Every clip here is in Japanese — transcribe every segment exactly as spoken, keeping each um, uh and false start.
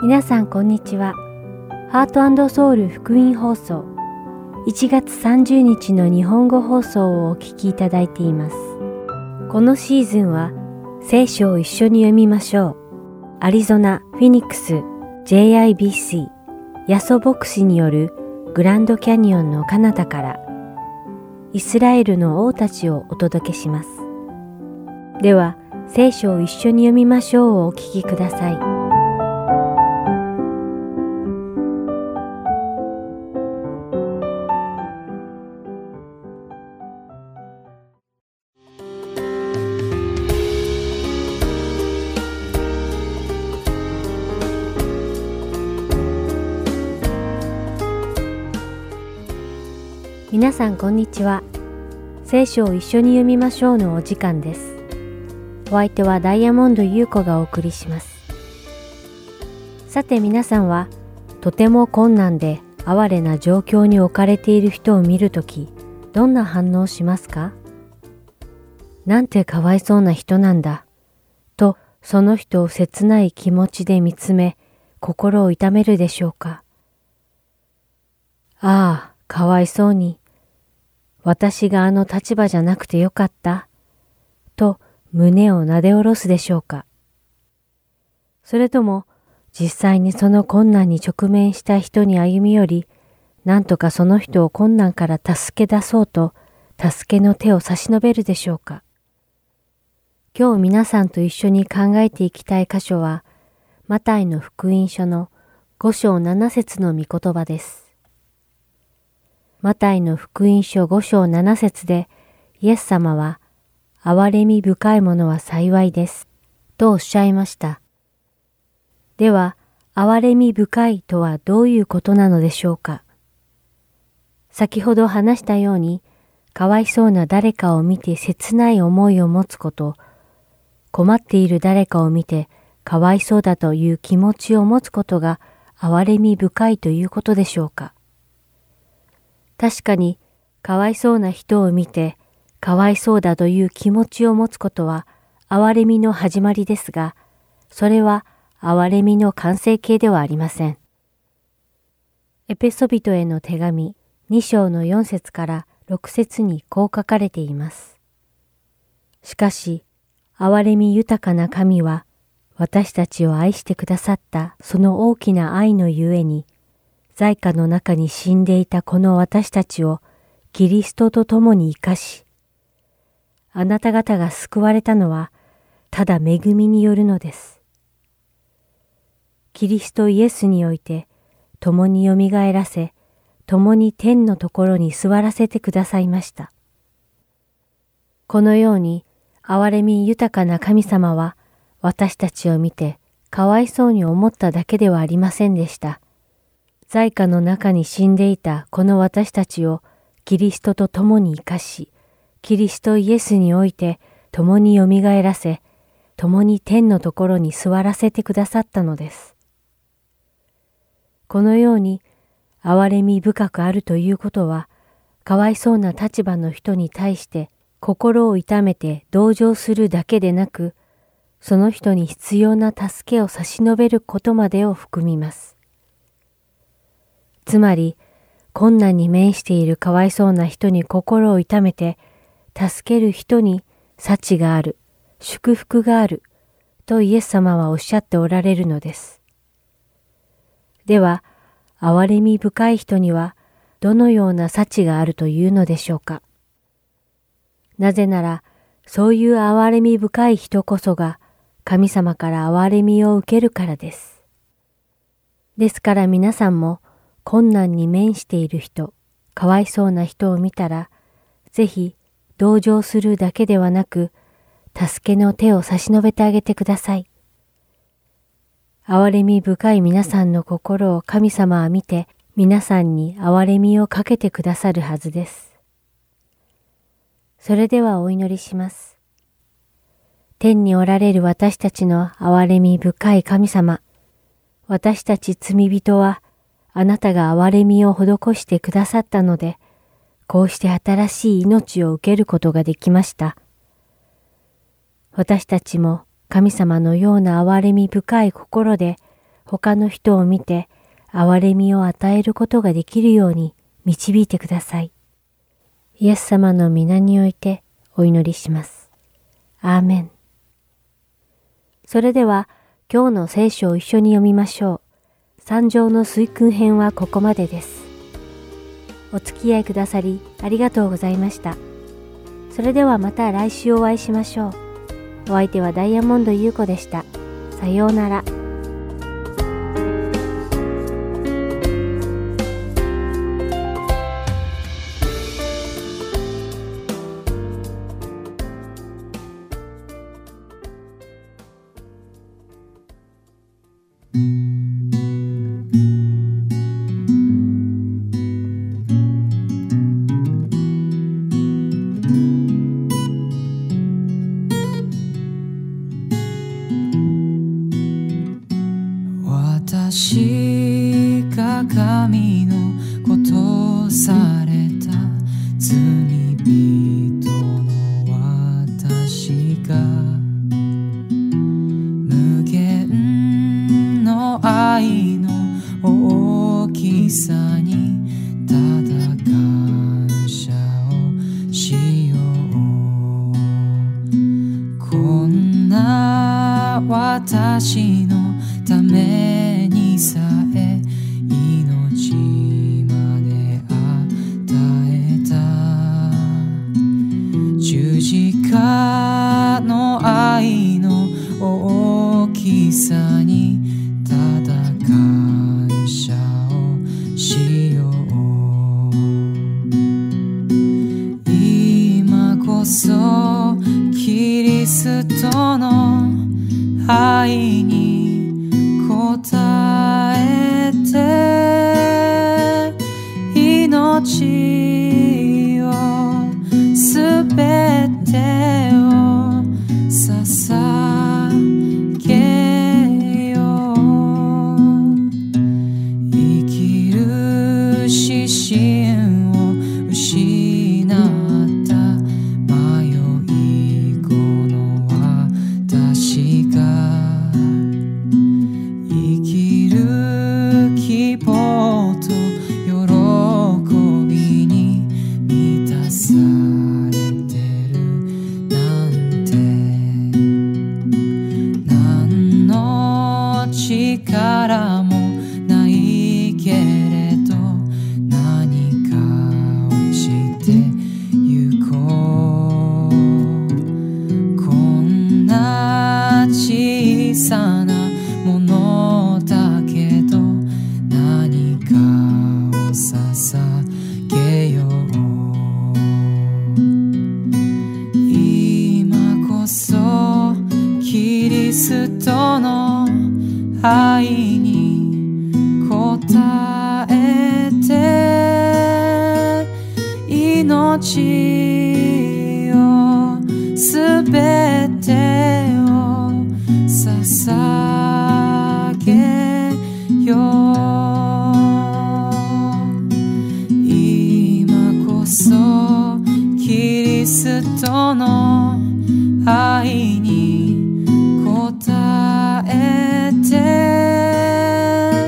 皆さんこんにちは。ハート&ソウル福音放送いちがつさんじゅうにちの日本語放送をお聞きいただいています。このシーズンは聖書を一緒に読みましょう。アリゾナ・フィニックス ジェイアイビーシー ヤソ牧師によるグランドキャニオンの彼方からイスラエルの王たちをお届けします。では聖書を一緒に読みましょうをお聞きください。皆さんこんにちは。聖書を一緒に読みましょうのお時間です。お相手はダイヤモンド優子がお送りします。さて皆さんはとても困難で哀れな状況に置かれている人を見るとき、どんな反応をしますか？なんてかわいそうな人なんだと、その人を切ない気持ちで見つめ、心を痛めるでしょうか？ああ、かわいそうに。私があの立場じゃなくてよかった、と胸をなで下ろすでしょうか。それとも実際にその困難に直面した人に歩み寄り、なんとかその人を困難から助け出そうと助けの手を差し伸べるでしょうか。今日皆さんと一緒に考えていきたい箇所は、マタイの福音書のご章なな節の御言葉です。マタイの福音書ご章なな節で、イエス様は、憐れみ深いものは幸いです、とおっしゃいました。では、憐れみ深いとはどういうことなのでしょうか。先ほど話したように、かわいそうな誰かを見て切ない思いを持つこと、困っている誰かを見てかわいそうだという気持ちを持つことが憐れみ深いということでしょうか。確かに、かわいそうな人を見て、かわいそうだという気持ちを持つことは、憐れみの始まりですが、それは憐れみの完成形ではありません。エペソビトへの手紙に章のよん節からろく節にこう書かれています。しかし、憐れみ豊かな神は、私たちを愛してくださったその大きな愛のゆえに、罪禍の中に死んでいたこの私たちをキリストと共に生かし、あなた方が救われたのはただ恵みによるのです。キリストイエスにおいて共によみがえらせ、共に天のところに座らせてくださいました。このように憐れみ豊かな神様は私たちを見てかわいそうに思っただけではありませんでした。罪禍の中に死んでいたこの私たちをキリストと共に生かし、キリストイエスにおいて共によみがえらせ、共に天のところに座らせてくださったのです。このように憐れみ深くあるということは、かわいそうな立場の人に対して心を痛めて同情するだけでなく、その人に必要な助けを差し伸べることまでを含みます。つまり、困難に面しているかわいそうな人に心を痛めて、助ける人に幸がある、祝福がある、とイエス様はおっしゃっておられるのです。では、憐れみ深い人には、どのような幸があるというのでしょうか。なぜなら、そういう憐れみ深い人こそが、神様から憐れみを受けるからです。ですから皆さんも、困難に面している人、かわいそうな人を見たら、ぜひ同情するだけではなく、助けの手を差し伸べてあげてください。憐れみ深い皆さんの心を神様は見て、皆さんに憐れみをかけてくださるはずです。それではお祈りします。天におられる私たちの憐れみ深い神様、私たち罪人は、あなたが憐れみを施してくださったので、こうして新しい命を受けることができました。私たちも神様のような憐れみ深い心で他の人を見て憐れみを与えることができるように導いてください。イエス様の御名においてお祈りします。アーメン。それでは今日の聖書を一緒に読みましょう。三条の水訓編はここまでです。お付き合いくださりありがとうございました。それではまた来週お会いしましょう。お相手はダイヤモンド優子でした。さようなら。 私が神のことされた罪人の私が無限の愛の大きさにただ感謝をしよう。こんな私のためにさえ命まで与えた。十字架の愛の大きさにただ感謝をしよう。今こそキリストの愛に答えて命をすべてを捧げよう。生きる指針を失った迷い子の私が希望と喜びに満たされてるなんて。何の力もないけれど何かをしてゆこう。こんな小さなものだけど何かを捧げよう。今こそキリストの愛に答えて命をすべてを捧げよう。今こそキリストの愛に答えて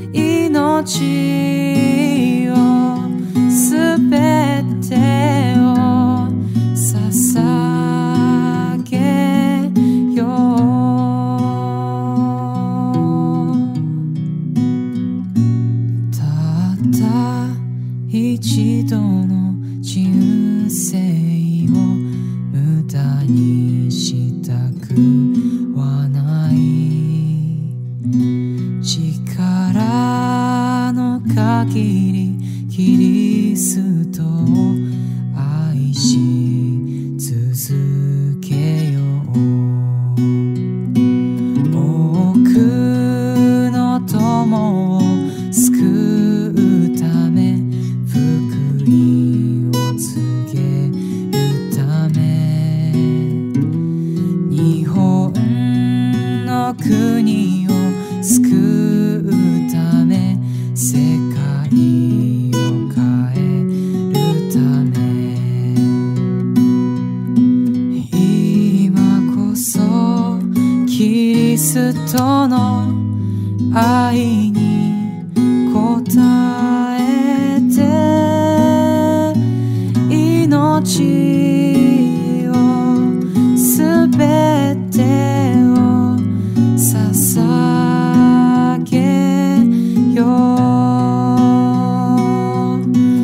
命をすべてを捧げよう。たった一度の人生を無駄にしたくはない。力の限りキリストを愛し続けよう。多くの友を救うため福音を告げるため日本の国を救うため世界を変えるため今こそキリストの愛に応えて命をすべてを捧げよう。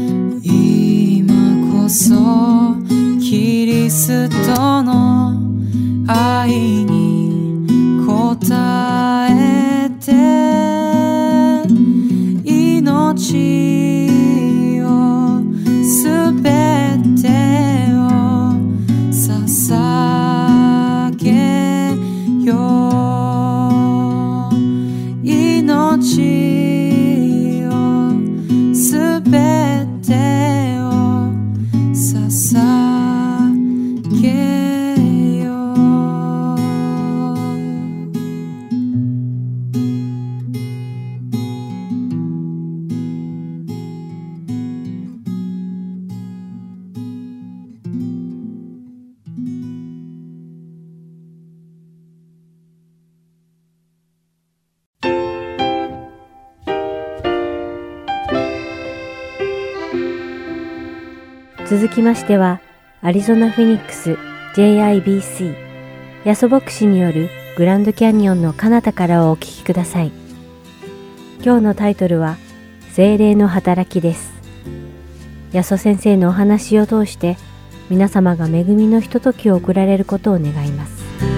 今こそキリストの愛に応えて命をすべてを捧げよう。命をすべてを捧げよう。 続きましては、アリゾナ・フェニックス ジェイアイビーシー ヤソ牧師によるグランドキャニオンの彼方からをお聞きください。今日のタイトルは聖霊の働きです。ヤソ先生のお話を通して皆様が恵みのひとときを送られることを願います。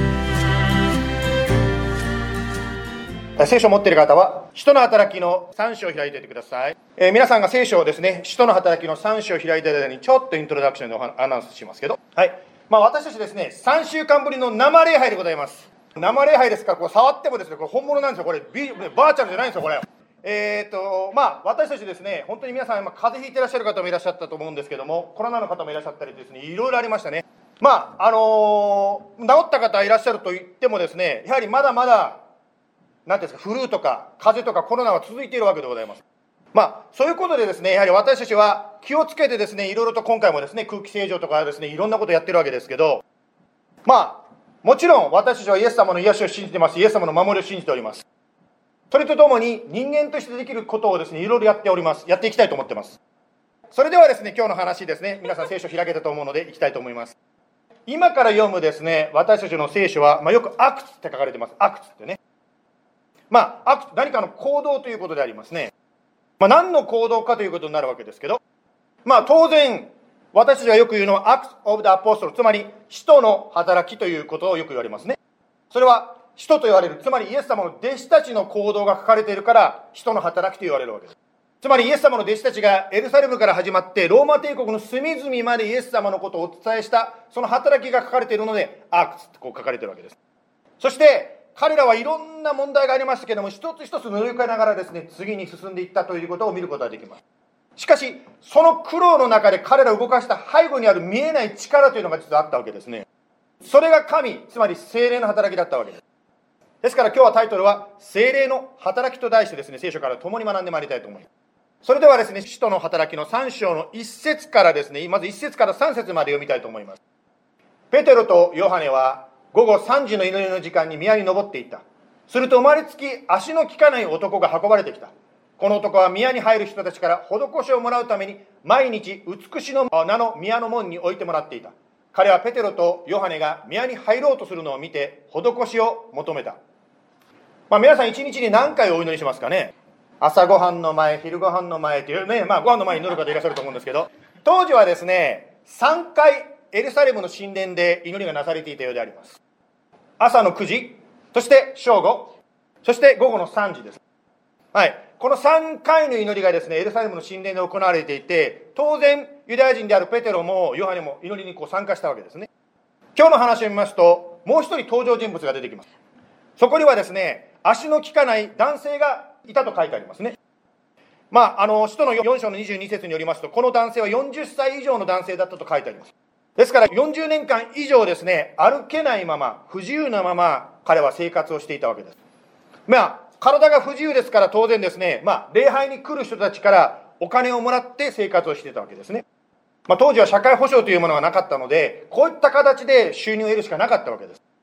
聖書を持っている方は使徒の働きのさん章を開いていてください。えー、皆さんが聖書をですね、使徒の働きのさん章を開いている間にちょっとイントロダクションでアナウンスしますけど、はい、まあ、私たちですね、さんしゅうかんぶりの生礼拝でございます。生礼拝ですから、こう触ってもですね、これ本物なんですよ。これビバーチャルじゃないんですよ、これ。えーとまあ、私たちですね、本当に皆さん、まあ、風邪ひいていらっしゃる方もいらっしゃったと思うんですけども、コロナの方もいらっしゃったりですね、いろいろありましたね。まああのー、治った方いらっしゃると言ってもですね、やはりまだまだなんていうんですか、フルーとか風邪とかコロナは続いているわけでございます。まあそういうことでですね、やはり私たちは気をつけてですね、いろいろと今回もですね、空気清浄とかですね、いろんなことをやってるわけですけど、まあもちろん私たちはイエス様の癒しを信じてます。イエス様の守りを信じております。それとともに人間としてできることをですね、いろいろやっております。やっていきたいと思ってます。それではですね、今日の話ですね、皆さん聖書開けたと思うのでいきたいと思います。今から読むですね、私たちの聖書は、まあ、よくアクツって書かれてます。アクツってね、まあ、アクツ、何かの行動ということでありますね。まあ、何の行動かということになるわけですけど、まあ当然私たちがよく言うのは Acts of the Apostles、 つまり使徒の働きということをよく言われますね。それは使徒と言われる、つまりイエス様の弟子たちの行動が書かれているから使徒の働きと言われるわけです。つまりイエス様の弟子たちがエルサレムから始まってローマ帝国の隅々までイエス様のことをお伝えしたその働きが書かれているのでアクツってこう書かれているわけです。そして彼らはいろんな問題がありましたけれども、一つ一つ乗り越えながらですね、次に進んでいったということを見ることができます。しかしその苦労の中で彼らを動かした背後にある見えない力というのが実はあったわけですね。それが神、つまり聖霊の働きだったわけです。ですから今日はタイトルは聖霊の働きと題してですね、聖書から共に学んでまいりたいと思います。それではですね、使徒の働きのさん章のいっ節からですね、まずいっ節からさん節まで読みたいと思います。ペテロとヨハネは午後さんじの祈りの時間に宮に登っていった。すると生まれつき足の利かない男が運ばれてきた。この男は宮に入る人たちから施しをもらうために毎日美しの名の宮の門に置いてもらっていた。彼はペテロとヨハネが宮に入ろうとするのを見て施しを求めた。まあ、皆さん一日に何回お祈りしますかね。朝ごはんの前、昼ごはんの前というね、まあご飯の前に祈る方いらっしゃると思うんですけど、当時はですね、さんかいエルサレムの神殿で祈りがなされていたようであります。朝のくじ、そして正午、そして午後のさんじです。はい、このさんかいの祈りがですね、エルサレムの神殿で行われていて、当然ユダヤ人であるペテロもヨハネも祈りにこう参加したわけですね。今日の話を見ますと、もう一人登場人物が出てきます。そこにはですね、足の利かない男性がいたと書いてありますね。まあ、あの使徒のよん章のにじゅうに節によりますと、この男性はよんじゅっさい以上の男性だったと書いてあります。ですからよんじゅうねんかん以上ですね、歩けないまま不自由なまま彼は生活をしていたわけです。まあ体が不自由ですから当然ですね、まあ、礼拝に来る人たちからお金をもらって生活をしていたわけですね。まあ、当時は社会保障というものがなかったので、こういった形で収入を得るしかなかったわけです。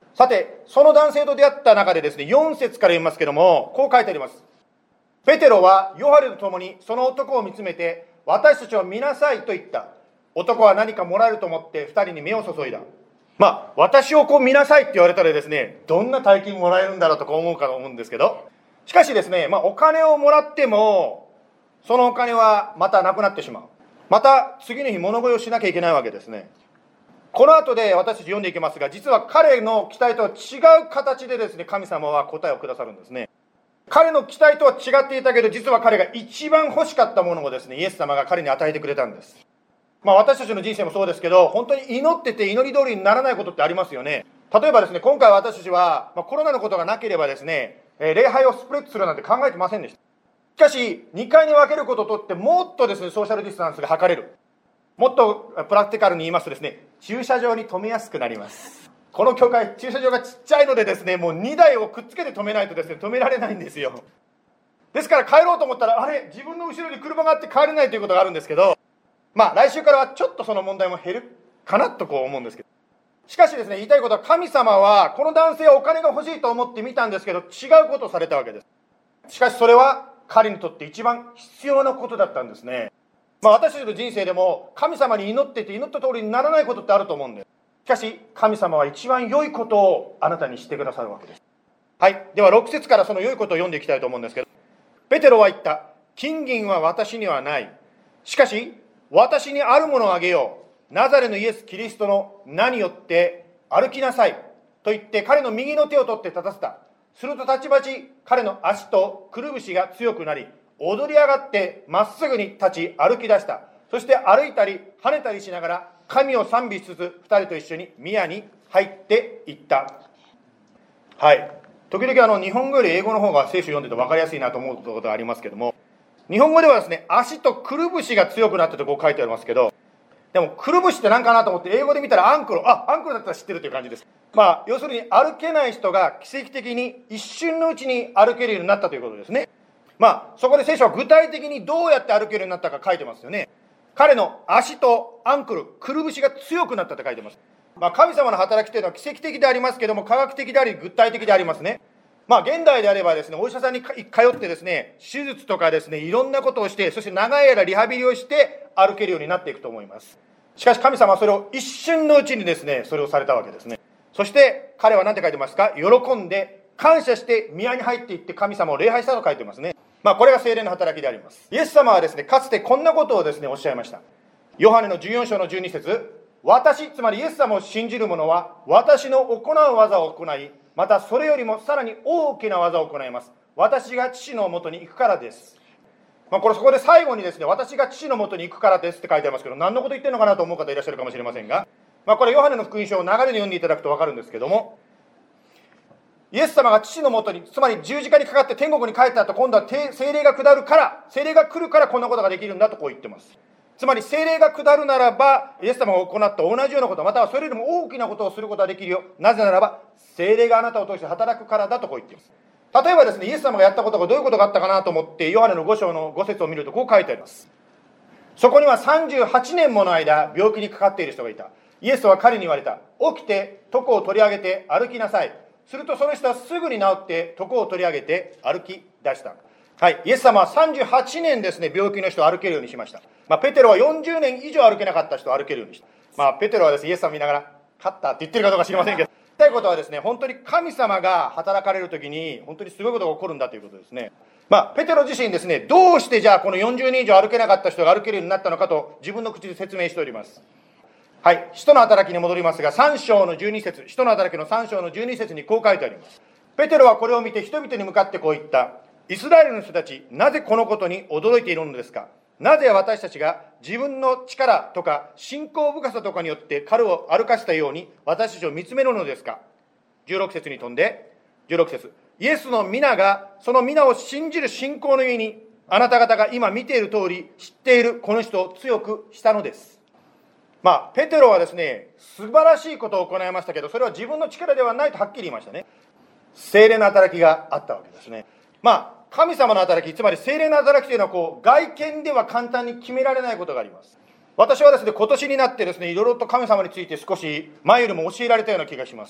さて、その男性と出会った中でですね、よん節から読みますけども、こう書いてあります。ペテロはヨハネと共にその男を見つめて、私たちを見なさいと言った。男は何かもらえると思って二人に目を注いだ。まあ、私をこう見なさいって言われたらですね、どんな大金もらえるんだろうとか思うかと思うんですけど、しかしですね、まあ、お金をもらっても、そのお金はまたなくなってしまう。また次の日物乞いをしなきゃいけないわけですね。この後で私たち読んでいきますが、実は彼の期待とは違う形でですね、神様は答えをくださるんですね。彼の期待とは違っていたけど、実は彼が一番欲しかったものをですね、イエス様が彼に与えてくれたんです。まあ私たちの人生もそうですけど、本当に祈ってて祈り通りにならないことってありますよね。例えばですね、今回私たちは、まあ、コロナのことがなければですね、えー、礼拝をスプレッドするなんて考えてませんでした。しかし、にかいに分けることとって、もっとですね、ソーシャルディスタンスが図れる。もっとプラクティカルに言いますとですね、駐車場に止めやすくなります。この教会、駐車場がちっちゃいのでですね、もうにだいをくっつけて止めないとですね、止められないんですよ。ですから帰ろうと思ったら、あれ、自分の後ろに車があって帰れないということがあるんですけど、まあ来週からはちょっとその問題も減るかなとこう思うんですけど。しかしですね、言いたいことは、神様はこの男性はお金が欲しいと思って見たんですけど、違うことをされたわけです。しかしそれは彼にとって一番必要なことだったんですね。まあ私たちの人生でも神様に祈ってて祈った通りにならないことってあると思うんです。しかし神様は一番良いことをあなたにしてくださるわけです。はい。ではろく節からその良いことを読んでいきたいと思うんですけど、ペテロは言った。金銀は私にはない。しかし私にあるものをあげよう。ナザレのイエス・キリストの名によって歩きなさい。と言って彼の右の手を取って立たせた。するとたちまち彼の足とくるぶしが強くなり、踊り上がってまっすぐに立ち歩き出した。そして歩いたり跳ねたりしながら神を賛美しつつ二人と一緒に宮に入っていった。はい。時々あの日本語より英語の方が聖書読んでて分かりやすいなと思うことがありますけども、日本語ではですね、足とくるぶしが強くなったとこう書いてありますけど、でもくるぶしって何かなと思って英語で見たらアンクル、あ、アンクルだったら知ってるという感じです。まあ要するに歩けない人が奇跡的に一瞬のうちに歩けるようになったということですね。まあそこで聖書は具体的にどうやって歩けるようになったか書いてますよね。彼の足とアンクル、くるぶしが強くなったと書いてます。まあ神様の働きというのは奇跡的でありますけども、科学的であり具体的でありますね。まあ現代であればですね、お医者さんに通ってですね、手術とかですね、いろんなことをして、そして長い間リハビリをして歩けるようになっていくと思います。しかし神様はそれを一瞬のうちにですね、それをされたわけですね。そして彼は何て書いてますか？喜んで感謝して宮に入っていって神様を礼拝したと書いてますね。まあこれが聖霊の働きであります。イエス様はですね、かつてこんなことをですね、おっしゃいました。ヨハネのじゅうよん章のじゅうに節、私、つまりイエス様を信じる者は私の行う技を行い、またそれよりもさらに大きな技を行います。私が父のもとに行くからです。まあこれそこで最後にですね、私が父のもとに行くからですって書いてありますけど、何のこと言ってるのかなと思う方いらっしゃるかもしれませんが、まあこれヨハネの福音書を流れで読んでいただくと分かるんですけども、イエス様が父のもとに、つまり十字架にかかって天国に帰った後、今度は聖霊が下るから、聖霊が来るからこんなことができるんだとこう言ってます。つまり聖霊が下るならば、イエス様が行った同じようなこと、またはそれよりも大きなことをすることができるよ。なぜならば、聖霊があなたを通して働くからだとこう言っています。例えばですね、イエス様がやったことがどういうことがあったかなと思って、ヨハネのご章のご節を見るとこう書いてあります。そこにはさんじゅうはちねんもの間、病気にかかっている人がいた。イエスは彼に言われた。起きて、床を取り上げて歩きなさい。するとその人はすぐに治って床を取り上げて歩き出した。はい、イエス様はさんじゅうはちねんですね、病気の人を歩けるようにしました。まあ、ペテロはよんじゅうねん以上歩けなかった人を歩けるようにした。まあ、ペテロはですね、イエス様を見ながら、勝ったって言ってるかどうか知りませんけど、言いたいことはですね、本当に神様が働かれるときに、本当にすごいことが起こるんだということですね。まあ、ペテロ自身ですね、どうしてじゃあこのよんじゅうねん以上歩けなかった人が歩けるようになったのかと、自分の口で説明しております。はい、使徒の働きに戻りますが、さん章のじゅうに節、使徒の働きのさん章のじゅうに節にこう書いてあります。ペテロはこれを見て人々に向かってこう言った。イスラエルの人たち、なぜこのことに驚いているのですか？なぜ私たちが自分の力とか信仰深さとかによって彼を歩かせたように私たちを見つめるのですか？じゅうろく節に飛んで、じゅうろく節、イエスの皆がその皆を信じる信仰のゆえに、あなた方が今見ている通り知っているこの人を強くしたのです。まあ、ペテロはですね、素晴らしいことを行いましたけど、それは自分の力ではないとはっきり言いましたね。聖霊の働きがあったわけですね。まあ、神様の働き、つまり聖霊の働きというのはこう外見では簡単に決められないことがあります。私はですね、今年になってですね、いろいろと神様について少し前よりも教えられたような気がします。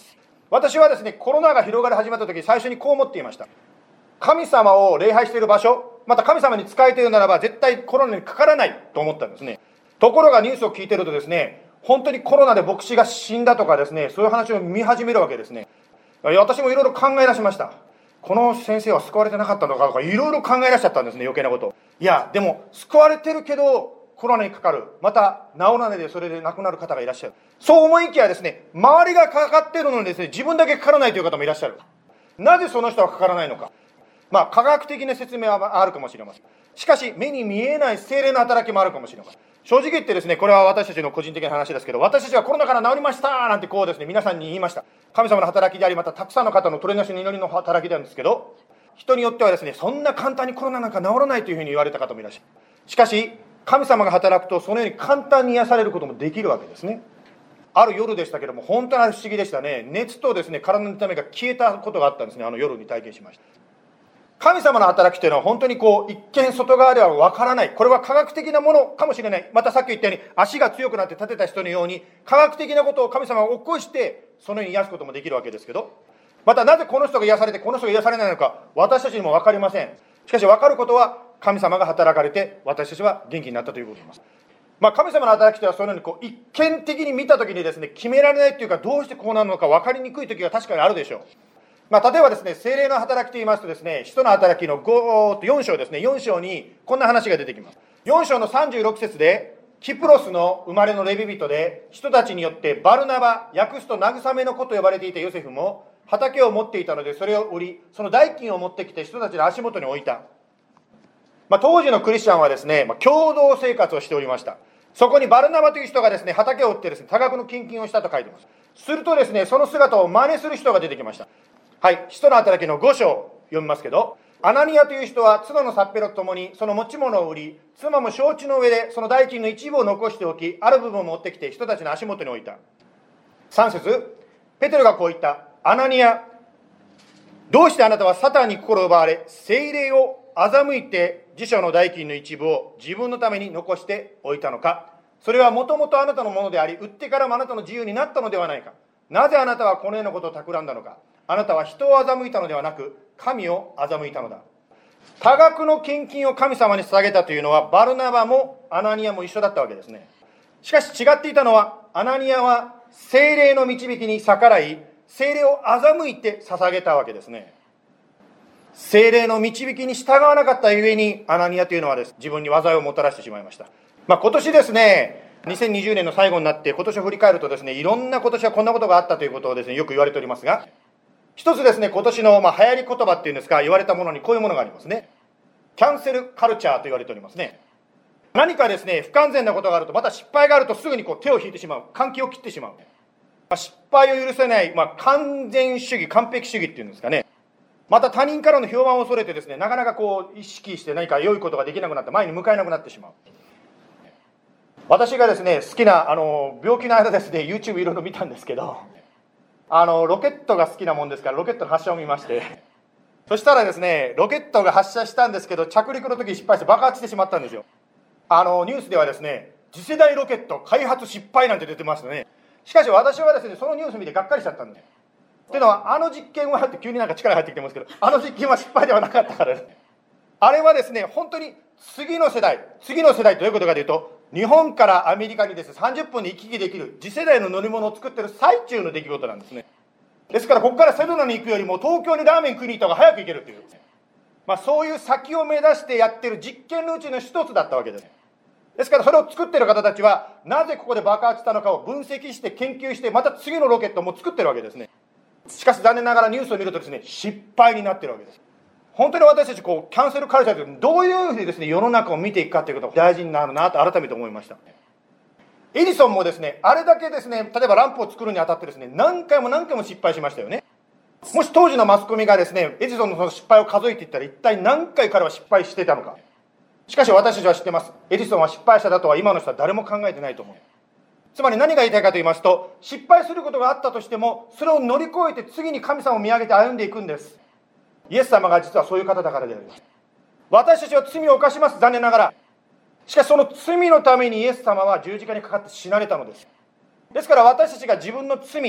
私はですね、コロナが広がり始まった時、最初にこう思っていました。神様を礼拝している場所、また神様に仕えているならば絶対コロナにかからないと思ったんですね。ところがニュースを聞いているとですね、本当にコロナで牧師が死んだとかですね、そういう話を見始めるわけですね。私もいろいろ考え出しました。この先生は救われてなかったのかとか、いろいろ考え出しちゃったんですね、余計なこと。いや、でも救われてるけどコロナにかかる、また治らないでそれで亡くなる方がいらっしゃる。そう思いきやですね、周りがかかっているのにですね、自分だけかからないという方もいらっしゃる。なぜその人はかからないのか。まあ科学的な説明はあるかもしれません。しかし目に見えない聖霊の働きもあるかもしれません。正直言ってですね、これは私たちの個人的な話ですけど、私たちはコロナから治りましたなんてこうですね、皆さんに言いました。神様の働きであり、またたくさんの方の取りなしの祈りの働きなんですけど、人によってはですね、そんな簡単にコロナなんか治らないというふうに言われた方もいらっしゃる。しかし神様が働くとそのように簡単に癒されることもできるわけですね。ある夜でしたけども、本当に不思議でしたね。熱とですね、体の痛みが消えたことがあったんですね。あの夜に体験しました。神様の働きというのは本当にこう一見外側ではわからない、これは科学的なものかもしれない。またさっき言ったように足が強くなって立てた人のように科学的なことを神様が起こしてそのように癒すこともできるわけですけど、またなぜこの人が癒されてこの人が癒されないのか、私たちにも分かりません。しかし分かることは、神様が働かれて私たちは元気になったということです。まあ、神様の働きというのはそのようにこう一見的に見たときにですね、決められないというか、どうしてこうなるのか分かりにくいときが確かにあるでしょう。まあ、例えばですね、聖霊の働きと言いますとですね、使徒の働きのよん章ですね、よん章にこんな話が出てきます。よん章のさんじゅうろく節で、キプロスの生まれのレビ人で、人たちによってバルナバ、訳すと慰めの子と呼ばれていたヨセフも、畑を持っていたので、それを売り、その代金を持ってきて人たちの足元に置いた。まあ、当時のクリスチャンはですね、まあ、共同生活をしておりました。そこにバルナバという人がですね、畑を売ってですね、多額の献金をしたと書いています。するとですね、その姿を真似する人が出てきました。はい、使徒の働きのご章読みますけど、アナニアという人は妻のサッペロとともにその持ち物を売り、妻も承知の上でその代金の一部を残しておき、ある部分を持ってきて人たちの足元に置いた。さん節、ペテロがこう言った。アナニア、どうしてあなたはサタンに心を奪われ、聖霊を欺いて自所の代金の一部を自分のために残しておいたのか。それはもともとあなたのものであり、売ってからもあなたの自由になったのではないか。なぜあなたはこのようなことを企んだのか。あなたは人を欺いたのではなく、神を欺いたのだ。多額の献金を神様に捧げたというのは、バルナバもアナニアも一緒だったわけですね。しかし違っていたのは、アナニアは聖霊の導きに逆らい、聖霊を欺いて捧げたわけですね。聖霊の導きに従わなかったゆえに、アナニアというのはです、自分に災いをもたらしてしまいました。まあ、今年ですね、にせんにじゅうねんの最後になって、今年を振り返るとですね、いろんな今年はこんなことがあったということをですね、よく言われておりますが、一つですね、今年のまあ流行り言葉っていうんですか、言われたものにこういうものがありますね。キャンセルカルチャーと言われておりますね。何かですね、不完全なことがあると、また失敗があるとすぐにこう手を引いてしまう、換気を切ってしまう。まあ、失敗を許せない、まあ、完全主義、完璧主義っていうんですかね。また他人からの評判を恐れてですね、なかなかこう意識して何か良いことができなくなって前に向かえなくなってしまう。私がですね、好きなあの病気の間ですね、YouTube いろいろ見たんですけど、あのロケットが好きなもんですから、ロケットの発射を見まして、そしたらですね、ロケットが発射したんですけど、着陸の時に失敗して爆発してしまったんですよ。あのニュースではですね、次世代ロケット開発失敗なんて出てましたね。しかし私はですね、そのニュース見てがっかりしちゃったんです。っていうのは、あの実験はって急になんか力入ってきてますけど、あの実験は失敗ではなかったからです。あれはですね、本当に次の世代、次の世代ということかというと、日本からアメリカにですね、さんじゅっぷんで行き来できる次世代の乗り物を作ってる最中の出来事なんですね。ですからここからセドナに行くよりも東京にラーメン食いに行った方が早く行けるという、まあ、そういう先を目指してやってる実験のうちの一つだったわけです。ですからそれを作ってる方たちは、なぜここで爆発したのかを分析して研究して、また次のロケットも作ってるわけですね。しかし残念ながらニュースを見るとですね、失敗になってるわけです。本当に私たちこうキャンセルカルチャーという、どういうふうにですね、世の中を見ていくかということが大事になるなと改めて思いました。エジソンもですね、あれだけですね、例えばランプを作るにあたってですね、何回も何回も失敗しましたよね。もし当時のマスコミがですね、エジソンのその失敗を数えていったら、一体何回彼は失敗していたのか。しかし私たちは知ってます。エジソンは失敗者だとは今の人は誰も考えてないと思う。つまり何が言いたいかと言いますと、失敗することがあったとしても、それを乗り越えて次に神様を見上げて歩んでいくんです。イエス様が実はそういう方だからであります。私たちは罪を犯します、残念ながら。しかしその罪のためにイエス様は十字架にかかって死なれたのです。ですから私たちが自分の罪、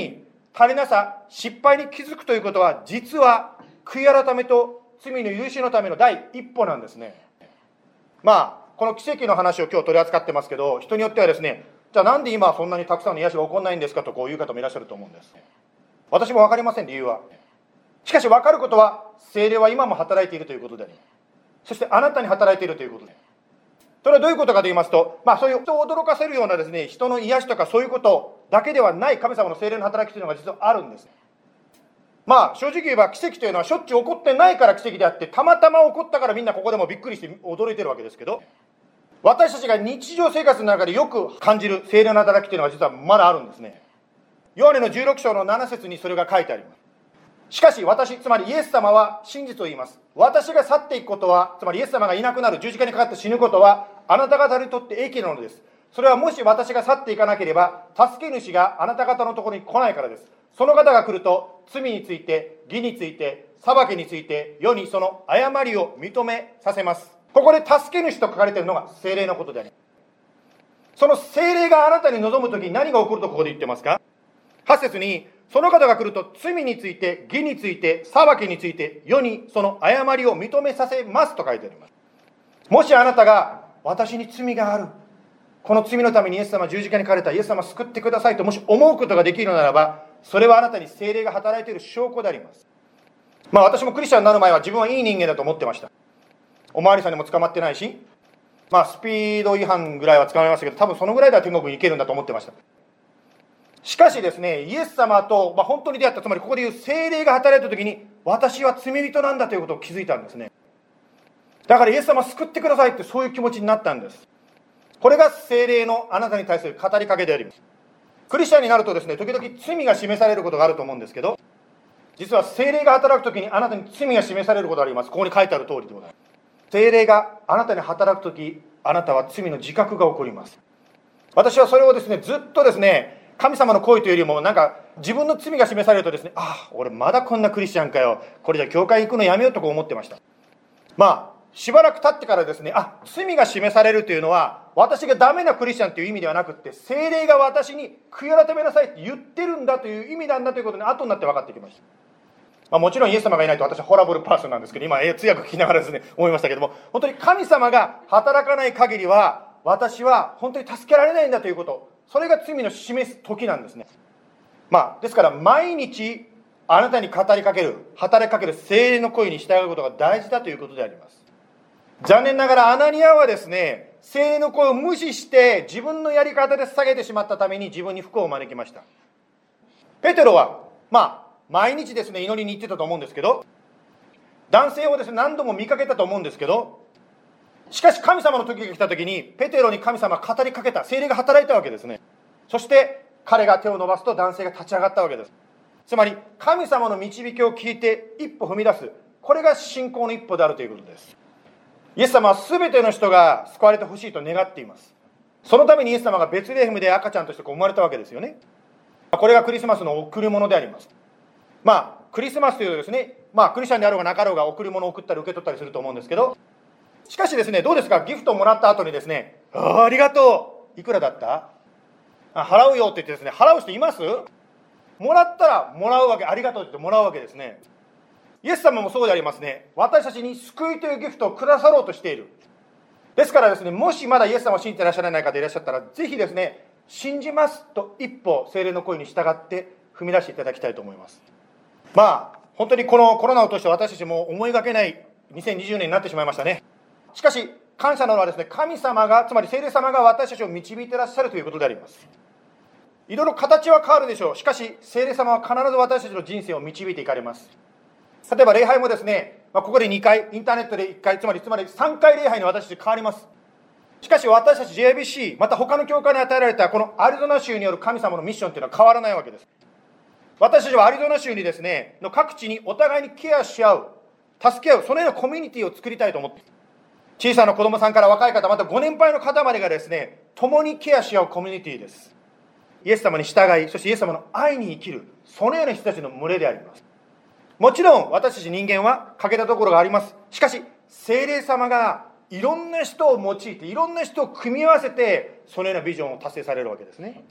足りなさ、失敗に気づくということは、実は悔い改めと罪の許しのための第一歩なんですね。まあこの奇跡の話を今日取り扱ってますけど、人によってはですね、じゃあなんで今そんなにたくさんの癒しが起こらないんですかとこういう方もいらっしゃると思うんです。私も分かりません、理由は。しかし分かることは、聖霊は今も働いているということであり、そしてあなたに働いているということで、それはどういうことかと言いますと、まあそういう人を驚かせるようなですね、人の癒しとかそういうことだけではない神様の聖霊の働きというのが実はあるんです。まあ正直言えば奇跡というのはしょっちゅう起こってないから奇跡であって、たまたま起こったからみんなここでもびっくりして驚いてるわけですけど、私たちが日常生活の中でよく感じる聖霊の働きというのは実はまだあるんですね。ヨハネのじゅうろく章のなな節にそれが書いてあります。しかし私、つまりイエス様は真実を言います。私が去っていくことは、つまりイエス様がいなくなる、十字架にかかって死ぬことは、あなた方にとって益なのです。それはもし私が去っていかなければ、助け主があなた方のところに来ないからです。その方が来ると、罪について、義について、裁きについて、世にその誤りを認めさせます。ここで助け主と書かれているのが聖霊のことであります。その聖霊があなたに望むときに何が起こるとここで言ってますか？はち節に、その方が来ると罪について、義について、裁きについて、世にその誤りを認めさせますと書いてあります。もしあなたが、私に罪がある、この罪のためにイエス様十字架にかかれた、イエス様救ってくださいともし思うことができるのならば、それはあなたに聖霊が働いている証拠であります。まあ私もクリスチャンになる前は自分はいい人間だと思ってました。おまわりさんにも捕まってないし、まあスピード違反ぐらいは捕まえましたけど、多分そのぐらいでは天国に行けるんだと思ってました。しかしですね、イエス様と、まあ、本当に出会った、つまりここでいう聖霊が働いたときに、私は罪人なんだということを気づいたんですね。だからイエス様救ってくださいって、そういう気持ちになったんです。これが聖霊のあなたに対する語りかけであります。クリスチャンになるとですね、時々罪が示されることがあると思うんですけど、実は聖霊が働くときにあなたに罪が示されることがあります。ここに書いてある通りでございます。聖霊があなたに働くとき、あなたは罪の自覚が起こります。私はそれをですね、ずっとですね、神様の声というよりも、なんか自分の罪が示されるとですね、ああ、俺まだこんなクリスチャンかよ、これじゃ教会行くのやめようとか思ってました。まあしばらく経ってからですね、あ、罪が示されるというのは私がダメなクリスチャンという意味ではなくって、聖霊が私に悔い改めなさいって言ってるんだという意味なんだということに後になって分かってきました。まあ、もちろんイエス様がいないと私はホラブルパーソンなんですけど、今通訳聞きながらですね思いましたけども、本当に神様が働かない限りは私は本当に助けられないんだということ、それが罪の示す時なんですね。まあですから毎日あなたに語りかける、働きかける聖霊の声に従うことが大事だということであります。残念ながらアナニアはですね、聖霊の声を無視して自分のやり方で下げてしまったために自分に不幸を招きました。ペテロはまあ毎日ですね祈りに行ってたと思うんですけど、男性をですね何度も見かけたと思うんですけど、しかし神様の時が来た時にペテロに神様は語りかけた、聖霊が働いたわけですね。そして彼が手を伸ばすと男性が立ち上がったわけです。つまり神様の導きを聞いて一歩踏み出す、これが信仰の一歩であるということです。イエス様は全ての人が救われてほしいと願っています。そのためにイエス様がベツレヘムで赤ちゃんとして生まれたわけですよね。これがクリスマスの贈り物であります。まあクリスマスというとですね、まあクリスチャンであろうがなかろうが贈り物を送ったり受け取ったりすると思うんですけど、しかしですね、どうですか、ギフトをもらった後にですね、あ, ありがとう、いくらだった、あ払うよって言ってですね、払う人います？もらったらもらうわけ、ありがとうって言ってもらうわけですね。イエス様もそうでありますね。私たちに救いというギフトをくださろうとしている。ですからですね、もしまだイエス様を信じていらっしゃらない方いらっしゃったら、ぜひですね、信じますと一歩聖霊の声に従って踏み出していただきたいと思います。まあ本当にこのコロナを通して私たちも思いがけないにせんにじゅうねんになってしまいましたね。しかし感謝なのはですね、神様が、つまり聖霊様が私たちを導いていらっしゃるということであります。いろいろ形は変わるでしょう。しかし聖霊様は必ず私たちの人生を導いていかれます。例えば礼拝もですね、まあ、ここでにかい、インターネットでいっかい、つまりつまりさんかい礼拝に私たち変わります。しかし私たち ジェイアイビーシー、また他の教会に与えられたこのアリゾナ州による神様のミッションというのは変わらないわけです。私たちはアリゾナ州にですね、の各地にお互いにケアし合う、助け合う、そのようなコミュニティを作りたいと思っています。小さな子供さんから若い方、またご年配の方までがですね、共にケアし合うコミュニティです。イエス様に従い、そしてイエス様の愛に生きる、そのような人たちの群れであります。もちろん私たち人間は欠けたところがあります。しかし聖霊様がいろんな人を用いて、いろんな人を組み合わせて、そのようなビジョンを達成されるわけですね。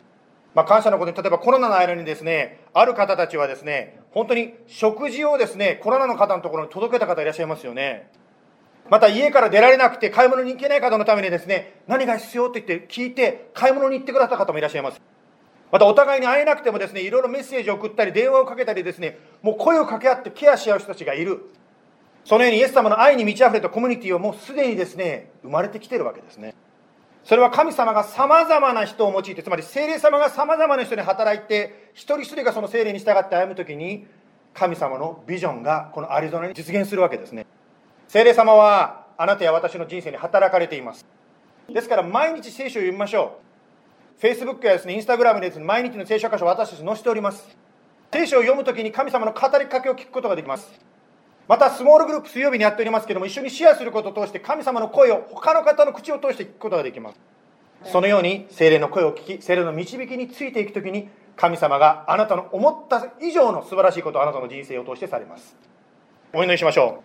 まあ、感謝のことに、例えばコロナの間にですね、ある方たちはですね、本当に食事をですね、コロナの方のところに届けた方いらっしゃいますよね。また家から出られなくて買い物に行けない方のためにですね、何が必要って言って聞いて買い物に行ってくださった方もいらっしゃいます。またお互いに会えなくてもですね、いろいろメッセージを送ったり電話をかけたりですね、もう声を掛け合ってケアし合う人たちがいる。そのようにイエス様の愛に満ち溢れたコミュニティをもうすでにですね、生まれてきているわけですね。それは神様がさまざまな人を用いて、つまり聖霊様がさまざまな人に働いて、一人一人がその聖霊に従って歩むときに、神様のビジョンがこのアリゾナに実現するわけですね。聖霊様はあなたや私の人生に働かれています。ですから毎日聖書を読みましょう。Facebook やですね、Instagram でですね、毎日の聖書箇所を私たち載せております。聖書を読むときに神様の語りかけを聞くことができます。またスモールグループ水曜日にやっておりますけれども、一緒にシェアすることを通して神様の声を他の方の口を通して聞くことができます。そのように聖霊の声を聞き、聖霊の導きについていくときに、神様があなたの思った以上の素晴らしいことをあなたの人生を通してされます。お祈りしましょ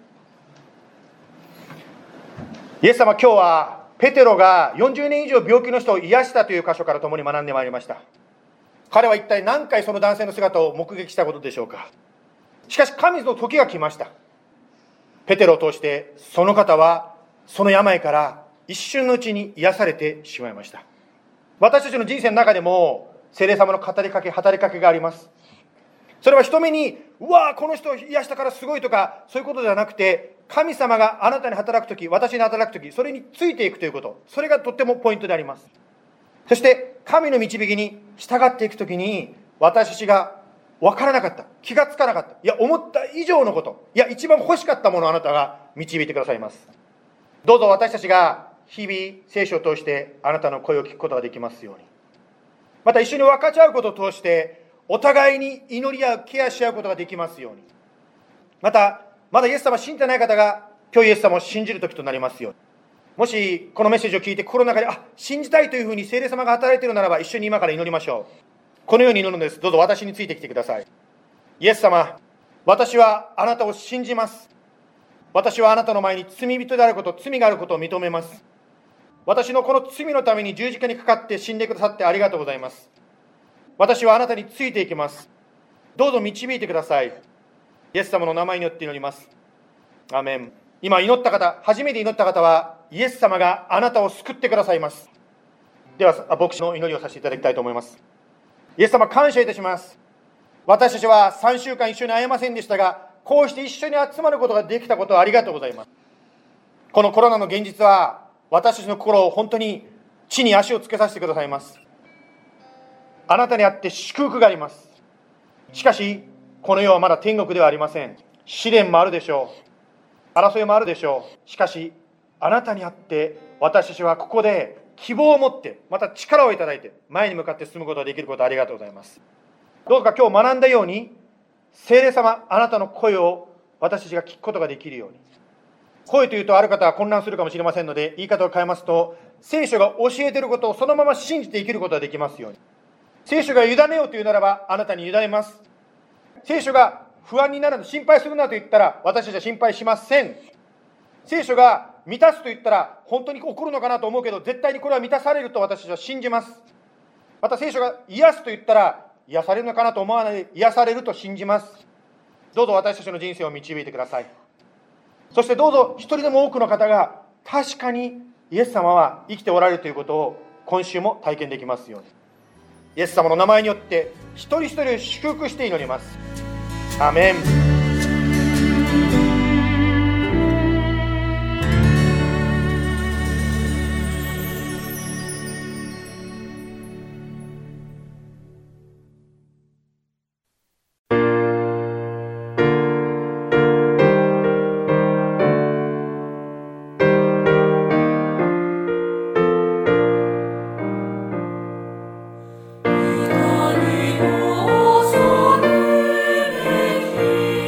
う。イエス様、今日はペテロがよんじゅうねん以上病気の人を癒したという箇所から共に学んでまいりました。彼は一体何回その男性の姿を目撃したことでしょうか。しかし神の時が来ました。ペテロを通してその方はその病から一瞬のうちに癒されてしまいました。私たちの人生の中でも聖霊様の語りかけ、働きかけがあります。それは人目にうわーこの人を癒したからすごいとかそういうことではなくて、神様があなたに働くとき、私に働くとき、それについていくということ、それがとってもポイントであります。そして神の導きに従っていくときに、私たちが分からなかった、気がつかなかった、いや思った以上のこと、いや一番欲しかったものをあなたが導いてくださいます。どうぞ私たちが日々聖書を通してあなたの声を聞くことができますように、また一緒に分かち合うことを通してお互いに祈り合う、ケアし合うことができますように、またまだイエス様を信じてない方が今日イエス様を信じる時となりますように。もしこのメッセージを聞いて心の中であ信じたいというふうに聖霊様が働いているならば、一緒に今から祈りましょう。このように祈るのです。どうぞ私についてきてください。イエス様、私はあなたを信じます。私はあなたの前に罪人であること、罪があることを認めます。私のこの罪のために十字架にかかって死んでくださってありがとうございます。私はあなたについていきます。どうぞ導いてください。イエス様の名前によって祈ります。アーメン。今祈った方、初めて祈った方はイエス様があなたを救ってくださいます。では牧師の祈りをさせていただきたいと思います。イエス様、感謝いたします。私たちはさんしゅうかん一緒に会えませんでしたが、こうして一緒に集まることができたことをありがとうございます。このコロナの現実は私たちの心を本当に地に足をつけさせてくださいます。あなたにあって祝福があります。しかしこの世はまだ天国ではありません。試練もあるでしょう、争いもあるでしょう。しかしあなたにあって私たちはここで希望を持って、また力をいただいて前に向かって進むことができることをありがとうございます。どうか今日学んだように、聖霊様、あなたの声を私たちが聞くことができるように。声というとある方は混乱するかもしれませんので、言い方を変えますと、聖書が教えていることをそのまま信じて生きることができますように。聖書が委ねようというならばあなたに委ねます。聖書が不安になる、心配するなと言ったら私たちは心配しません。聖書が満たすと言ったら本当に起こるのかなと思うけど、絶対にこれは満たされると私たちは信じます。また聖書が癒すと言ったら癒されるのかなと思わないで、癒されると信じます。どうぞ私たちの人生を導いてください。そしてどうぞ一人でも多くの方が確かにイエス様は生きておられるということを今週も体験できますように。イエス様の名前によって一人一人を祝福して祈ります。アーメン。 「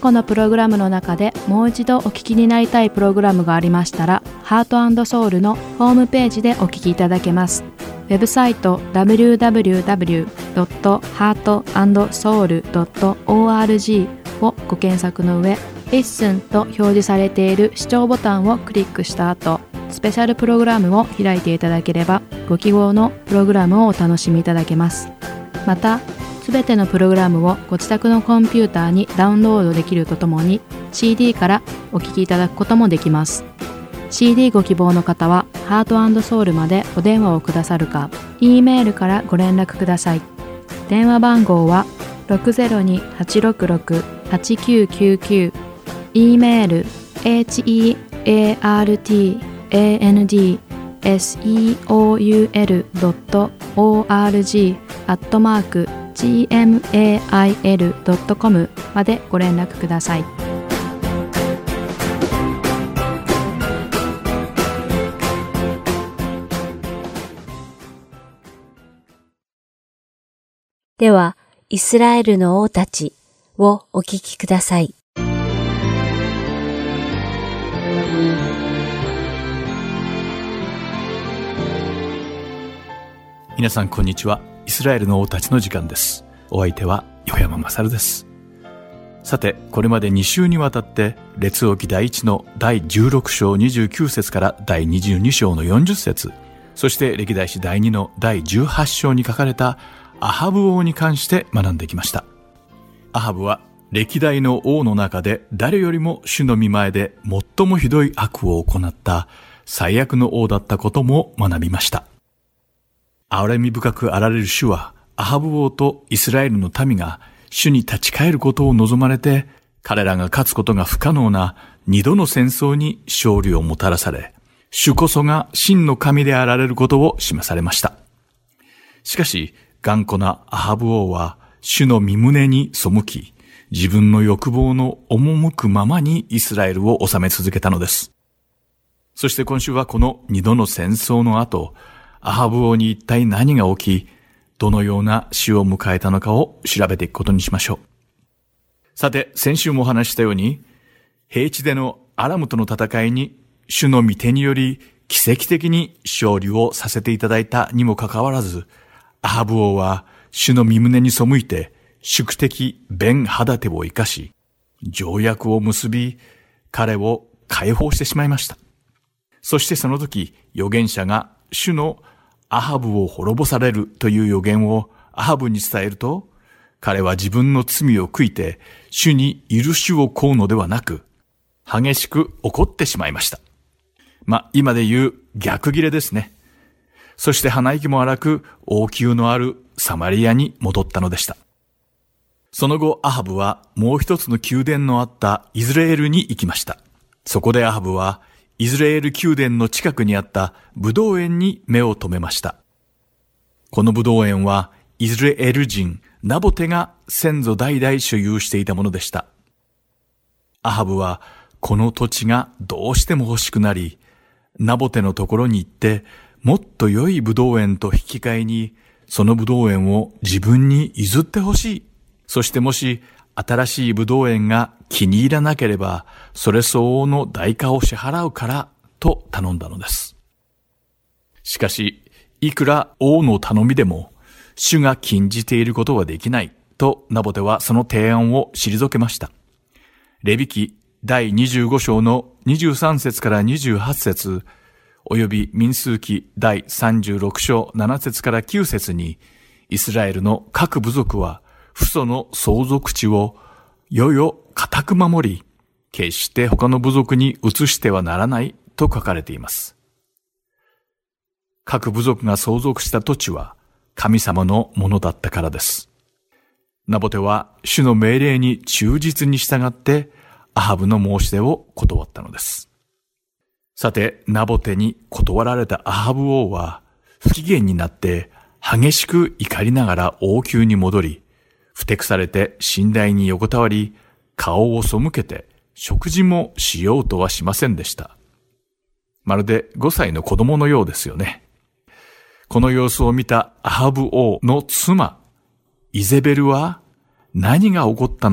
去のプログラムの中でもう一度お聞きになりたいプログラムがありましたら、ハートアンドソウルのホームページでお聞きいただけます。ウェブサイト ダブリューダブリューダブリュードットハートアンドソウルドットオーアールジー をご検索の上、リッスンと表示されている視聴ボタンをクリックした後、スペシャルプログラムを開いていただければ、ご記号のプログラムをお楽しみいただけます。また、すべてのプログラムをご自宅のコンピューターにダウンロードできるとともに、シーディー からお聞きいただくこともできます。シーディー ご希望の方は、ハートアンドソウルまでお電話をくださるか、E メールからご連絡ください。電話番号は ろくゼロに はちろくろく はちきゅうきゅうきゅう、E メール エイチイーエーアールティーエーエヌディーエスイーオーユーエルドットオーアールジー アットマーク ジーエムエーアイエルドットコム までご連絡ください。 では、イスラエルの王たちをお聞きください。 皆さんこんにちは。イスラエルの王たちの時間です。お相手は横山まさるです。さて、これまでに週にわたって列王記第一のだいじゅうろく章にじゅうきゅう節からだいにじゅうに章のよんじゅう節、そして歴代史第二のだいじゅうはち章に書かれたアハブ王に関して学んできました。アハブは歴代の王の中で誰よりも主の御前で最もひどい悪を行った最悪の王だったことも学びました。憐れみ深くあられる主は、アハブ王とイスラエルの民が主に立ち返ることを望まれて、彼らが勝つことが不可能な二度の戦争に勝利をもたらされ、主こそが真の神であられることを示されました。しかし、頑固なアハブ王は主の御胸に背き、自分の欲望の赴くままにイスラエルを治め続けたのです。そして今週はこの二度の戦争の後、アハブ王に一体何が起き、どのような死を迎えたのかを調べていくことにしましょう。さて、先週もお話ししたように、平地でのアラムとの戦いに主の御手により奇跡的に勝利をさせていただいたにもかかわらず、アハブ王は主の御胸に背いて宿敵ベンハダテを生かし、条約を結び、彼を解放してしまいました。そしてその時、預言者が主のアハブを滅ぼされるという予言をアハブに伝えると、彼は自分の罪を悔いて主に許しを請うのではなく、激しく怒ってしまいました。まあ、今で言う逆ギレですね。そして鼻息も荒く王宮のあるサマリアに戻ったのでした。その後アハブはもう一つの宮殿のあったイズレエルに行きました。そこでアハブはイズレエル宮殿の近くにあったブドウ園に目を留めました。このブドウ園はイズレエル人ナボテが先祖代々所有していたものでした。アハブはこの土地がどうしても欲しくなり、ナボテのところに行ってもっと良いブドウ園と引き換えにそのブドウ園を自分に譲ってほしい。そしてもし新しいブドウ園が気に入らなければ、それ相応の代価を支払うからと頼んだのです。しかし、いくら王の頼みでも、主が禁じていることはできないとナボテはその提案を退けました。レビ記だいにじゅうご章のにじゅうさん節からにじゅうはち節、および民数記だいさんじゅうろく章なな節からきゅう節に、イスラエルの各部族は父祖の相続地をよよ固く守り、決して他の部族に移してはならないと書かれています。各部族が相続した土地は神様のものだったからです。ナボテは主の命令に忠実に従ってアハブの申し出を断ったのです。さて、ナボテに断られたアハブ王は不機嫌になって激しく怒りながら王宮に戻り、ふてくされて寝台に横たわり、顔を背けて食事もしようとはしませんでした。まるでごさいの子供のようですよね。この様子を見たアハブ王の妻、イゼベルは何が起こったのか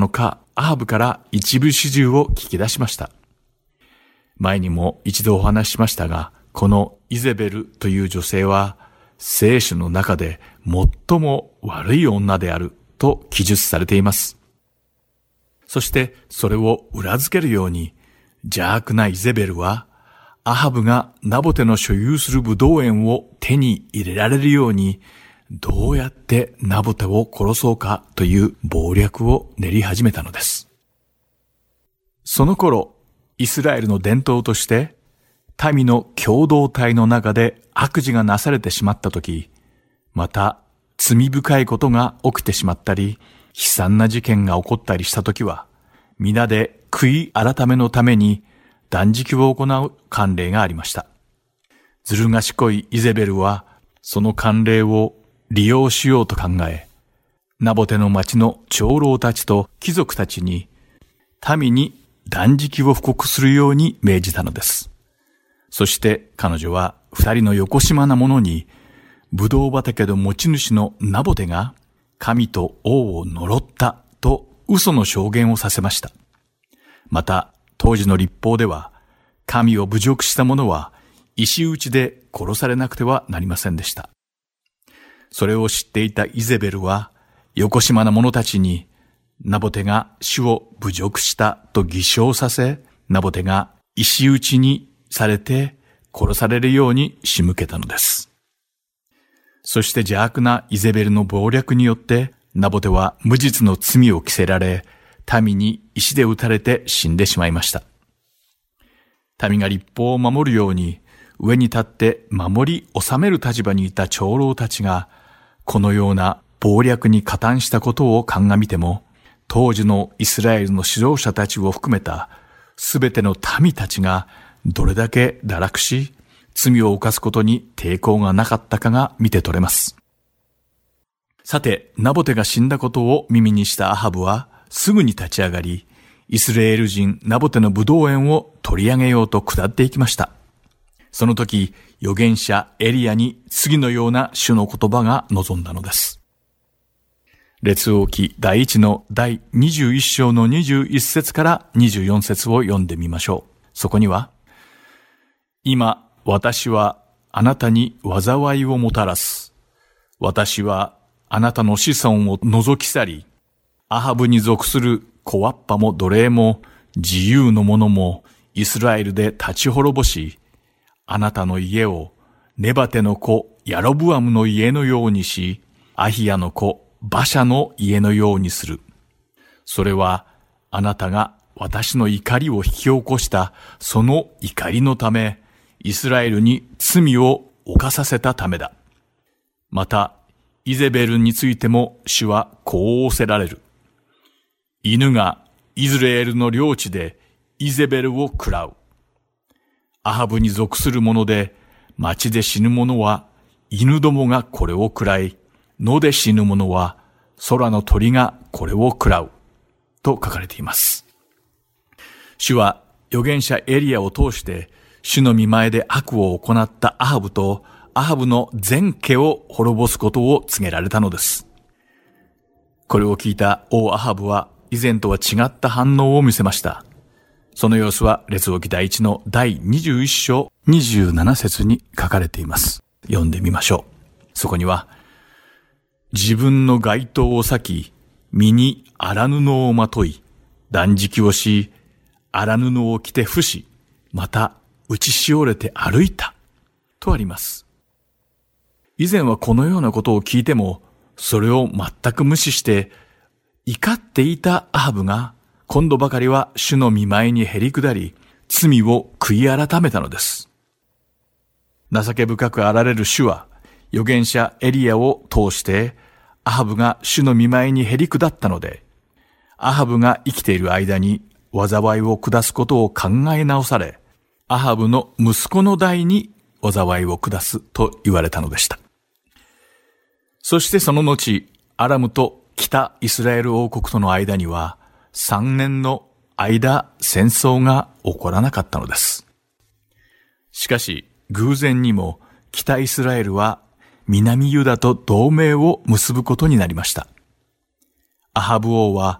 アハブから一部始終を聞き出しました。前にも一度お話ししましたが、このイゼベルという女性は聖書の中で最も悪い女であると記述されています。そしてそれを裏付けるように、邪悪なイゼベルはアハブがナボテの所有するブドウ園を手に入れられるように、どうやってナボテを殺そうかという謀略を練り始めたのです。その頃、イスラエルの伝統として、民の共同体の中で悪事がなされてしまったとき、また罪深いことが起きてしまったり、悲惨な事件が起こったりしたときは、皆で悔い改めのために断食を行う慣例がありました。ずる賢いイゼベルは、その慣例を利用しようと考え、ナボテの町の長老たちと貴族たちに、民に断食を布告するように命じたのです。そして彼女は二人のよこしまな者に、ブドウ畑の持ち主のナボテが神と王を呪ったと嘘の証言をさせました。また当時の律法では、神を侮辱した者は石打ちで殺されなくてはなりませんでした。それを知っていたイゼベルは、よこしまな者たちに、ナボテが主を侮辱したと偽証させ、ナボテが石打ちにされて殺されるように仕向けたのです。そして邪悪なイゼベルの謀略によって、ナボテは無実の罪を着せられ、民に石で撃たれて死んでしまいました。民が律法を守るように、上に立って守り治める立場にいた長老たちが、このような謀略に加担したことを鑑みても、当時のイスラエルの指導者たちを含めたすべての民たちがどれだけ堕落し、罪を犯すことに抵抗がなかったかが見て取れます。さて、ナボテが死んだことを耳にしたアハブはすぐに立ち上がり、イスラエル人ナボテのブドウ園を取り上げようと下っていきました。その時、預言者エリアに次のような主の言葉が臨んだのです。列王記第一の第にじゅういっ章のにじゅういっ節からにじゅうよん節を読んでみましょう。そこには、今、私はあなたに災いをもたらす。私はあなたの子孫を除き去り、アハブに属する小わっぱも奴隷も自由の者もイスラエルで立ち滅ぼし、あなたの家をネバテの子ヤロブアムの家のようにし、アヒヤの子バシャの家のようにする。それはあなたが私の怒りを引き起こしたその怒りのため、イスラエルに罪を犯させたためだ。また、イゼベルについても主はこう仰せられる。犬がイスラエルの領地でイゼベルを喰らう。アハブに属する者で、町で死ぬ者は犬どもがこれを喰らい、野で死ぬ者は空の鳥がこれを喰らう。と書かれています。主は預言者エリアを通して、主の御前で悪を行ったアハブとアハブの全家を滅ぼすことを告げられたのです。これを聞いた王アハブは以前とは違った反応を見せました。その様子は列王記第一の第にじゅういっ章にじゅうなな節に書かれています。読んでみましょう。そこには、自分の街灯を裂き、身に荒布をまとい、断食をし、荒布を着て伏し、また打ちしおれて歩いた。とあります。以前はこのようなことを聞いても、それを全く無視して、怒っていたアハブが、今度ばかりは主の御前にへり下り、罪を悔い改めたのです。情け深くあられる主は、預言者エリアを通して、アハブが主の御前にへり下ったので、アハブが生きている間に災いを下すことを考え直され、アハブの息子の代に災いを下すと言われたのでした。そしてその後、アラムと北イスラエル王国との間には、三年の間戦争が起こらなかったのです。しかし、偶然にも北イスラエルは南ユダと同盟を結ぶことになりました。アハブ王は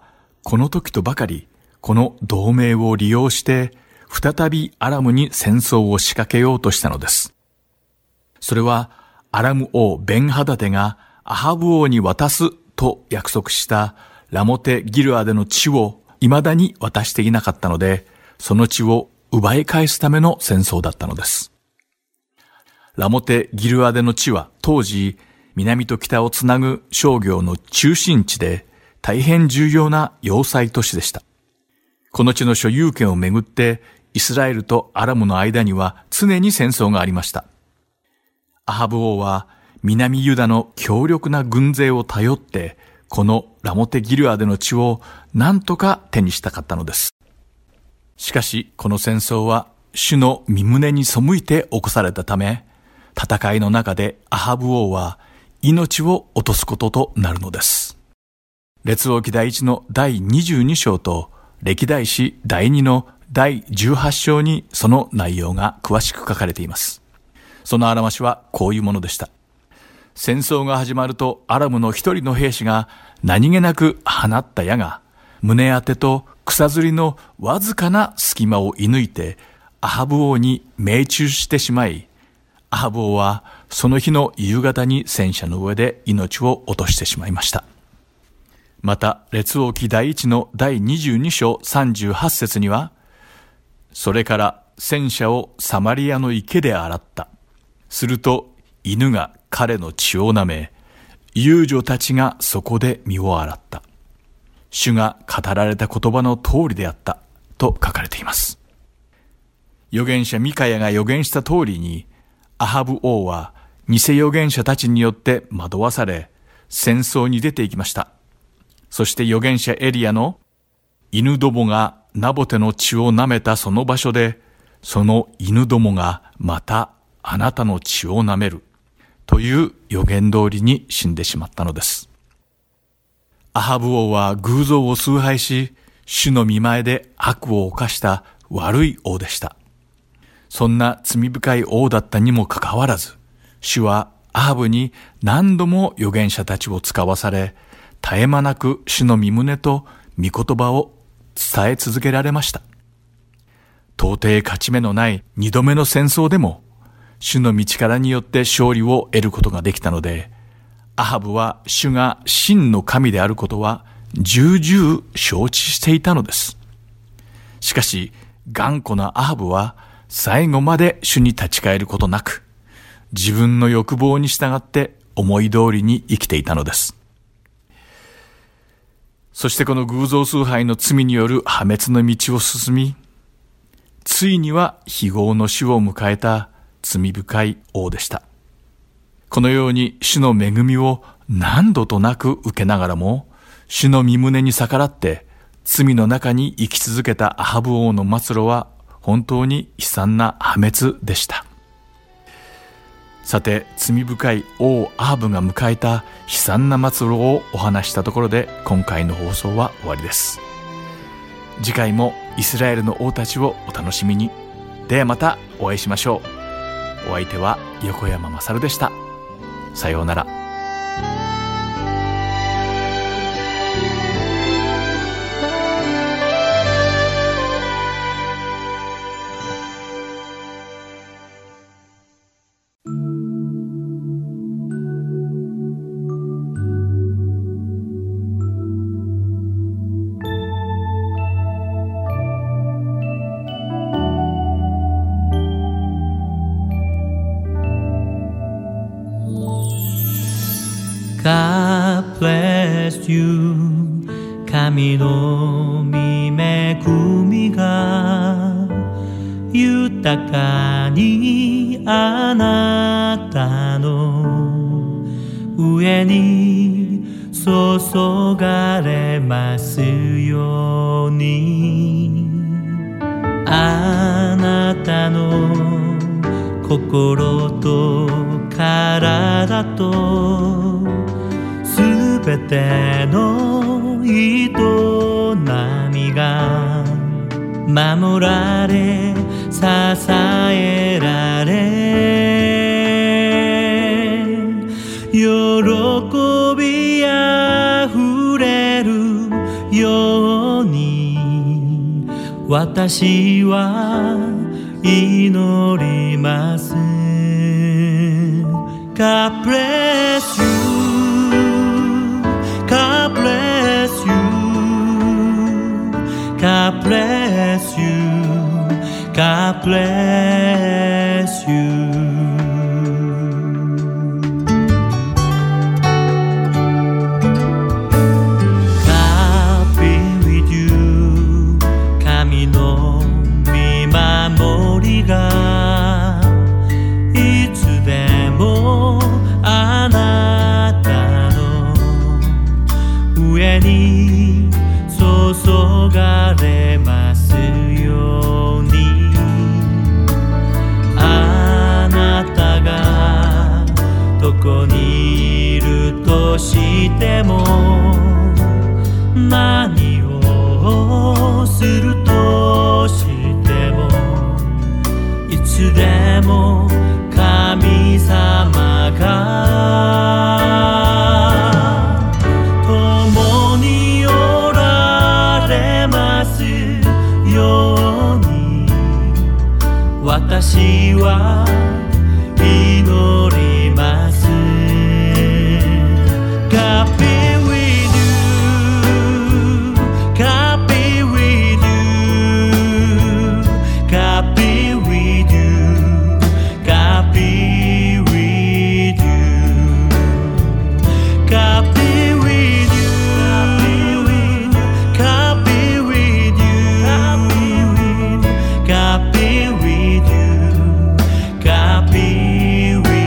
この時とばかりこの同盟を利用して再びアラムに戦争を仕掛けようとしたのです。それはアラム王ベンハダテがアハブ王に渡すと約束したラモテ・ギルアデの地を未だに渡していなかったので、その地を奪い返すための戦争だったのです。ラモテ・ギルアデの地は当時南と北をつなぐ商業の中心地で大変重要な要塞都市でした。この地の所有権をめぐってイスラエルとアラムの間には常に戦争がありました。アハブ王は南ユダの強力な軍勢を頼ってこのラモテギルアデの地を何とか手にしたかったのです。しかしこの戦争は主の御胸に背いて起こされたため、戦いの中でアハブ王は命を落とすこととなるのです。列王記第一の第にじゅうに章と歴代史第二の第じゅうはち章にその内容が詳しく書かれています。そのあらましはこういうものでした。戦争が始まるとアラムの一人の兵士が何気なく放った矢が胸当てと草ずりのわずかな隙間を射抜いてアハブ王に命中してしまい、アハブ王はその日の夕方に戦車の上で命を落としてしまいました。また列王記第一の第にじゅうに章さんじゅうはち節には、それから戦車をサマリアの池で洗った。すると犬が彼の血を舐め、遊女たちがそこで身を洗った。主が語られた言葉の通りであったと書かれています。預言者ミカヤが預言した通りに、アハブ王は偽預言者たちによって惑わされ、戦争に出ていきました。そして預言者エリアの犬どもがナボテの血を舐めたその場所で、その犬どもがまたあなたの血を舐めるという預言通りに死んでしまったのです。アハブ王は偶像を崇拝し、主の御前で悪を犯した悪い王でした。そんな罪深い王だったにもかかわらず、主はアハブに何度も預言者たちを使わされ、絶え間なく主の御胸と御言葉を伝え続けられました。到底勝ち目のない二度目の戦争でも、主の道からによって勝利を得ることができたので、アハブは主が真の神であることは重々承知していたのです。しかし、頑固なアハブは最後まで主に立ち返ることなく、自分の欲望に従って思い通りに生きていたのです。そしてこの偶像崇拝の罪による破滅の道を進み、ついには非業の死を迎えた罪深い王でした。このように主の恵みを何度となく受けながらも、主の御胸に逆らって罪の中に生き続けたアハブ王の末路は本当に悲惨な破滅でした。さて、罪深い王アハブが迎えた悲惨な末路をお話したところで、今回の放送は終わりです。次回もイスラエルの王たちをお楽しみに。ではまたお会いしましょう。お相手は横山まさるでした。さようなら。 God bless you 神の御恵みが豊かにあなたの上に注がれますようにあなたの心と体とすべての営みが守られ支えられ喜びあふれるよう私は祈ります。 God bless you, God bless you, God bless you, God bless you.しても何をするとしてもいつでも神様が共におられますように私は祈ります。God be with you, God be with you, God be with you, God be with you, God be with you, God be with you, God be with you, God be with you.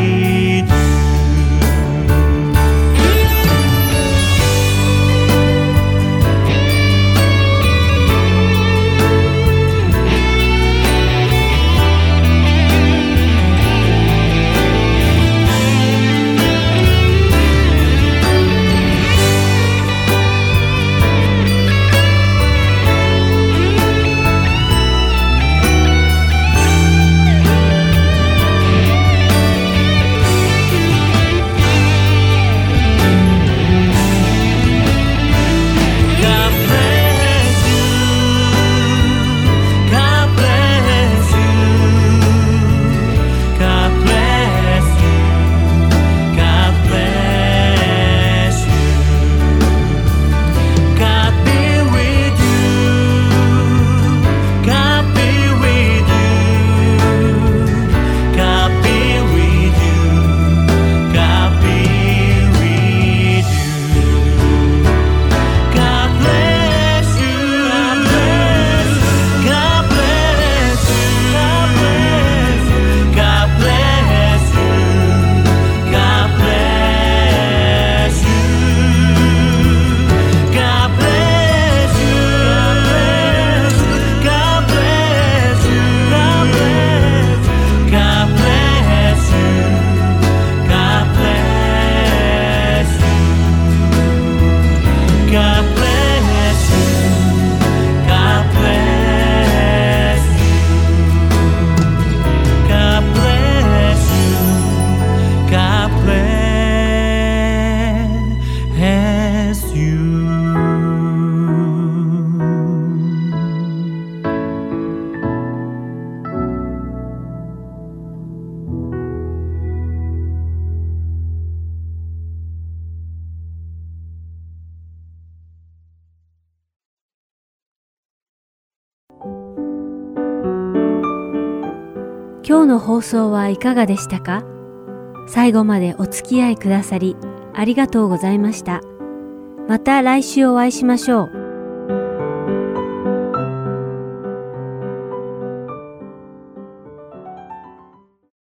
今日の放送はいかがでしたか？最後までお付き合いくださりありがとうございました。また来週お会いしましょう。